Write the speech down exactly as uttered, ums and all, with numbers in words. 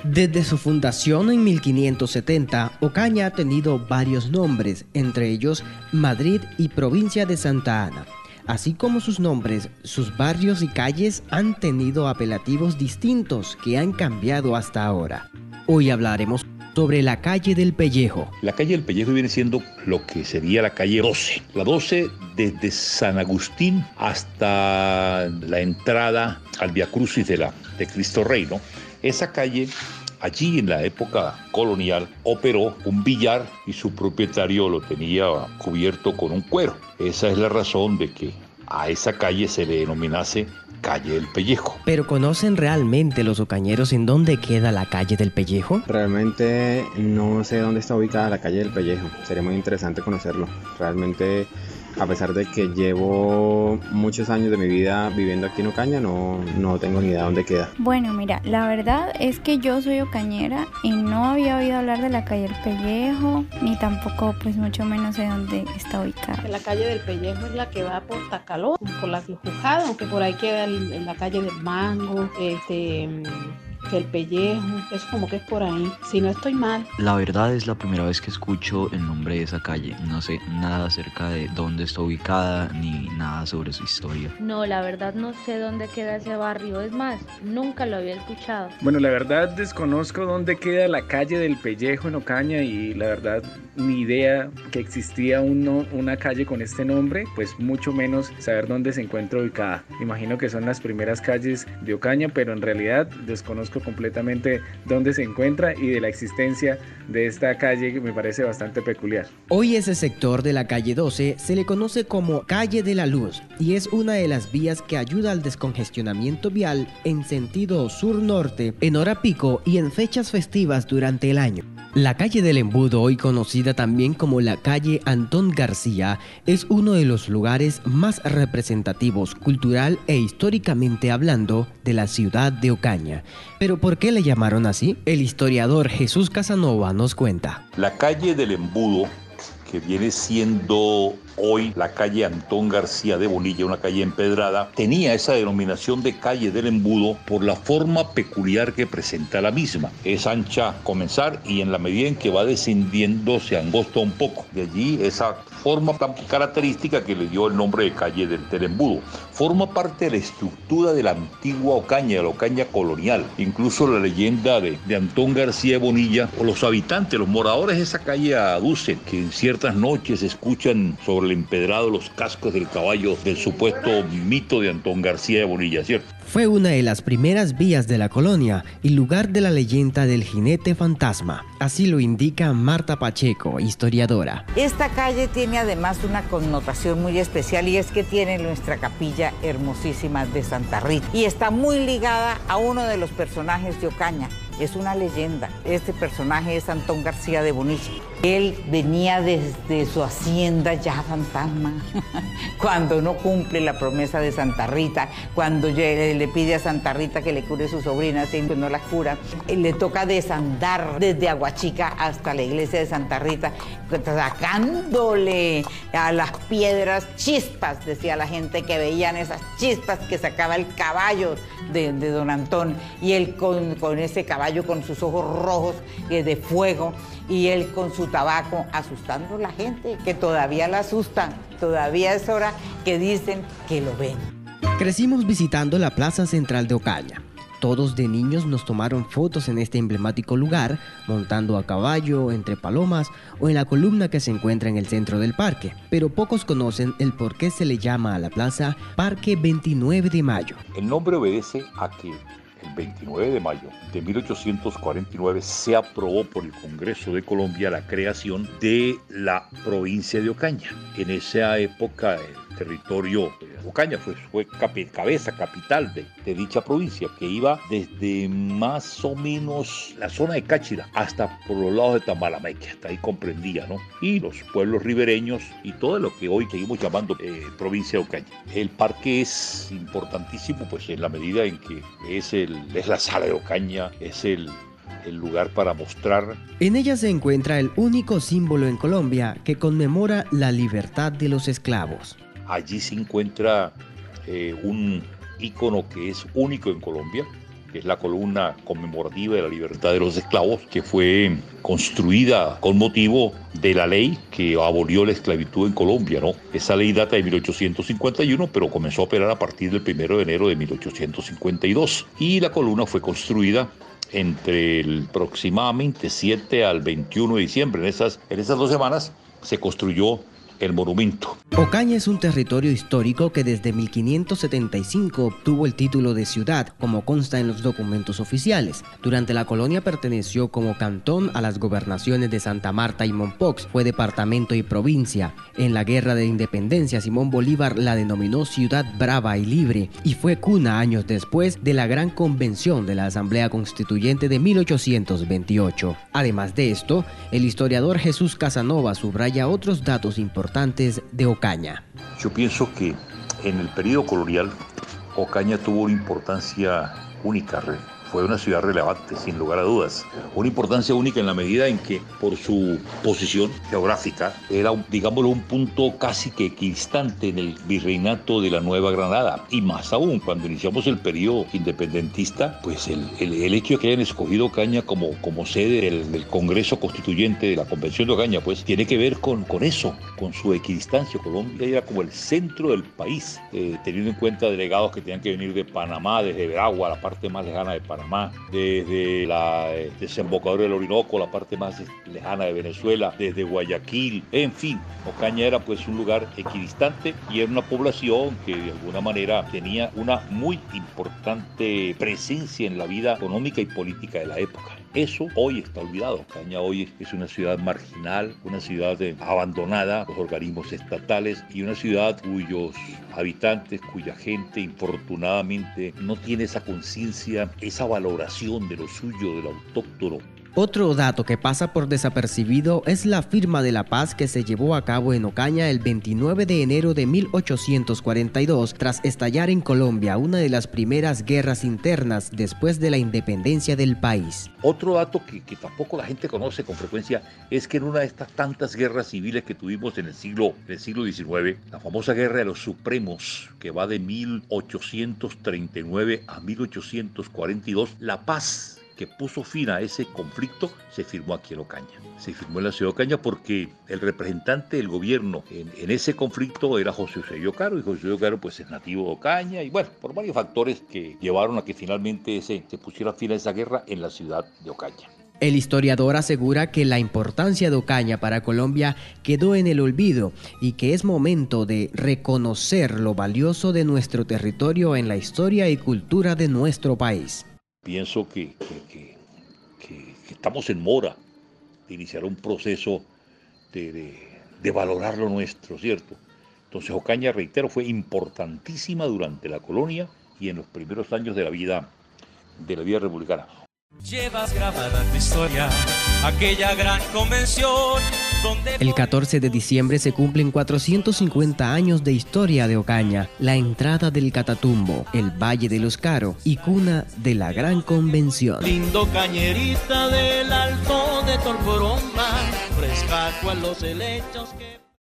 Desde su fundación en mil quinientos setenta, Ocaña ha tenido varios nombres, entre ellos Madrid y Provincia de Santa Ana. Así como sus nombres, sus barrios y calles han tenido apelativos distintos que han cambiado hasta ahora. Hoy hablaremos sobre la calle del Pellejo. La calle del Pellejo viene siendo lo que sería la calle doce. La doce desde San Agustín hasta la entrada al Vía Crucis de, la, de Cristo Rey, ¿no? Esa calle, allí en la época colonial, operó un billar y su propietario lo tenía cubierto con un cuero. Esa es la razón de que a esa calle se le denominase calle del Pellejo. ¿Pero conocen realmente los ocañeros en dónde queda la calle del Pellejo? Realmente no sé dónde está ubicada la calle del Pellejo. Sería muy interesante conocerlo. Realmente, a pesar de que llevo muchos años de mi vida viviendo aquí en Ocaña, no, no tengo ni idea de dónde queda. Bueno, mira, la verdad es que yo soy ocañera y no había oído hablar de la calle del Pellejo, ni tampoco, pues mucho menos sé dónde está ubicada. La calle del Pellejo es la que va por Tacaló, por la Jujada, aunque por ahí queda el, en la calle del Mango, este... que el Pellejo, es como que es por ahí, si no estoy mal. La verdad es la primera vez que escucho el nombre de esa calle. No sé nada acerca de dónde está ubicada ni nada sobre su historia. No, la verdad no sé dónde queda ese barrio, es más, nunca lo había escuchado. Bueno, la verdad desconozco dónde queda la calle del Pellejo en Ocaña y la verdad ni idea que existía uno, una calle con este nombre, pues mucho menos saber dónde se encuentra ubicada. Imagino que son las primeras calles de Ocaña, pero en realidad desconozco completamente dónde se encuentra y de la existencia de esta calle que me parece bastante peculiar. Hoy ese sector de la calle doce se le conoce como Calle de la Luz y es una de las vías que ayuda al descongestionamiento vial en sentido sur-norte, en hora pico y en fechas festivas durante el año. La calle del Embudo, hoy conocida también como la calle Antón García, es uno de los lugares más representativos cultural e históricamente hablando de la ciudad de Ocaña. ¿Pero por qué le llamaron así? El historiador Jesús Casanova nos cuenta. La calle del Embudo, que viene siendo hoy la calle Antón García de Bonilla, una calle empedrada, tenía esa denominación de calle del Embudo por la forma peculiar que presenta la misma. Es ancha comenzar y en la medida en que va descendiendo se angosta un poco. De allí esa forma tan característica que le dio el nombre de calle del, del Embudo. Forma parte de la estructura de la antigua Ocaña, de la Ocaña colonial. Incluso la leyenda de, de Antón García de Bonilla, o los habitantes, los moradores de esa calle aducen que en ciertas noches escuchan sobre el empedrado los cascos del caballo del supuesto mito de Antón García de Bonilla, ¿cierto? Fue una de las primeras vías de la colonia y lugar de la leyenda del jinete fantasma. Así lo indica Marta Pacheco, historiadora. Esta calle tiene además una connotación muy especial y es que tiene nuestra capilla hermosísima de Santa Rita y está muy ligada a uno de los personajes de Ocaña. Es una leyenda. Este personaje es Antón García de Bonilla. Él venía desde su hacienda ya fantasma. Cuando no cumple la promesa de Santa Rita, cuando le pide a Santa Rita que le cure su sobrina, siempre no la cura, le toca desandar desde Aguachica hasta la iglesia de Santa Rita, sacándole a las piedras chispas, decía la gente que veían esas chispas que sacaba el caballo de, de don Antón, y él con, con ese caballo con sus ojos rojos eh, de fuego, y él con su tabaco asustando a la gente, que todavía la asustan, todavía es hora que dicen que lo ven. Crecimos visitando la plaza central de Ocaña. Todos de niños nos tomaron fotos en este emblemático lugar, montando a caballo, entre palomas o en la columna que se encuentra en el centro del parque. Pero pocos conocen el por qué se le llama a la plaza Parque veintinueve de mayo. El nombre obedece a que el veintinueve de mayo de mil ochocientos cuarenta y nueve se aprobó por el Congreso de Colombia la creación de la provincia de Ocaña. En esa época el territorio de Ocaña fue, fue capi, cabeza, capital de, de dicha provincia, que iba desde más o menos la zona de Cáchira hasta por los lados de Tamalameque, hasta ahí comprendía, ¿no? Y los pueblos ribereños y todo lo que hoy seguimos llamando eh, provincia de Ocaña. El parque es importantísimo, pues en la medida en que es, el, es la sala de Ocaña, es el el lugar para mostrar. En ella se encuentra el único símbolo en Colombia que conmemora la libertad de los esclavos. Allí se encuentra eh, un ícono que es único en Colombia, que es la columna conmemorativa de la libertad de los esclavos, que fue construida con motivo de la ley que abolió la esclavitud en Colombia, ¿no? Esa ley data de mil ochocientos cincuenta y uno, pero comenzó a operar a partir del primero de enero de mil ochocientos cincuenta y dos. Y la columna fue construida entre el aproximadamente siete al veintiuno de diciembre. En esas, en esas dos semanas se construyó el monumento. Ocaña es un territorio histórico que desde mil quinientos setenta y cinco obtuvo el título de ciudad, como consta en los documentos oficiales. Durante la colonia perteneció como cantón a las gobernaciones de Santa Marta y Mompox, fue departamento y provincia. En la Guerra de Independencia, Simón Bolívar la denominó Ciudad Brava y Libre, y fue cuna años después de la Gran Convención de la Asamblea Constituyente de mil ochocientos veintiocho. Además de esto, el historiador Jesús Casanova subraya otros datos importantes de Ocaña. Yo pienso que en el periodo colonial Ocaña tuvo una importancia única. Fue una ciudad relevante, sin lugar a dudas. Una importancia única en la medida en que, por su posición geográfica, era, digámoslo, un punto casi que equidistante en el virreinato de la Nueva Granada. Y más aún, cuando iniciamos el periodo independentista, pues el, el, el hecho de que hayan escogido Ocaña como, como sede del, del Congreso Constituyente de la Convención de Ocaña, pues tiene que ver con, con eso, con su equidistancia. Colombia era como el centro del país, eh, teniendo en cuenta delegados que tenían que venir de Panamá, desde Veragua, la parte más lejana de Panamá, desde la eh, desembocadura del Orinoco, la parte más lejana de Venezuela, desde Guayaquil, en fin. Ocaña era pues un lugar equidistante y era una población que de alguna manera tenía una muy importante presencia en la vida económica y política de la época. Eso hoy está olvidado. Ocaña hoy es una ciudad marginal, una ciudad eh, abandonada por los organismos estatales y una ciudad cuyos habitantes, cuya gente infortunadamente no tiene esa conciencia, esa valoración de lo suyo, de lo autóctono. Otro dato que pasa por desapercibido es la firma de la paz que se llevó a cabo en Ocaña el veintinueve de enero de mil ochocientos cuarenta y dos, tras estallar en Colombia una de las primeras guerras internas después de la independencia del país. Otro dato que, que tampoco la gente conoce con frecuencia es que en una de estas tantas guerras civiles que tuvimos en el siglo, en el siglo diecinueve, la famosa Guerra de los Supremos, que va de mil ochocientos treinta y nueve a mil ochocientos cuarenta y dos, la paz que puso fin a ese conflicto se firmó aquí en Ocaña. Se firmó en la ciudad de Ocaña porque el representante del gobierno en, en ese conflicto era José Eusebio Caro, y José Eusebio Caro pues es nativo de Ocaña, y bueno, por varios factores que llevaron a que finalmente se, se pusiera fin a esa guerra en la ciudad de Ocaña. El historiador asegura que la importancia de Ocaña para Colombia quedó en el olvido y que es momento de reconocer lo valioso de nuestro territorio en la historia y cultura de nuestro país. Pienso que, que, que, que, que estamos en mora de iniciar un proceso de, de, de valorar lo nuestro, ¿cierto? Entonces Ocaña, reitero, fue importantísima durante la colonia y en los primeros años de la vida, de la vida republicana. Llevas grabada tu historia, aquella gran convención donde... El catorce de diciembre se cumplen cuatrocientos cincuenta años de historia de Ocaña, la entrada del Catatumbo, el Valle de los Caro y cuna de la Gran Convención. Lindo cañerita del Alto de Torporoma, fresca cual los helechos que...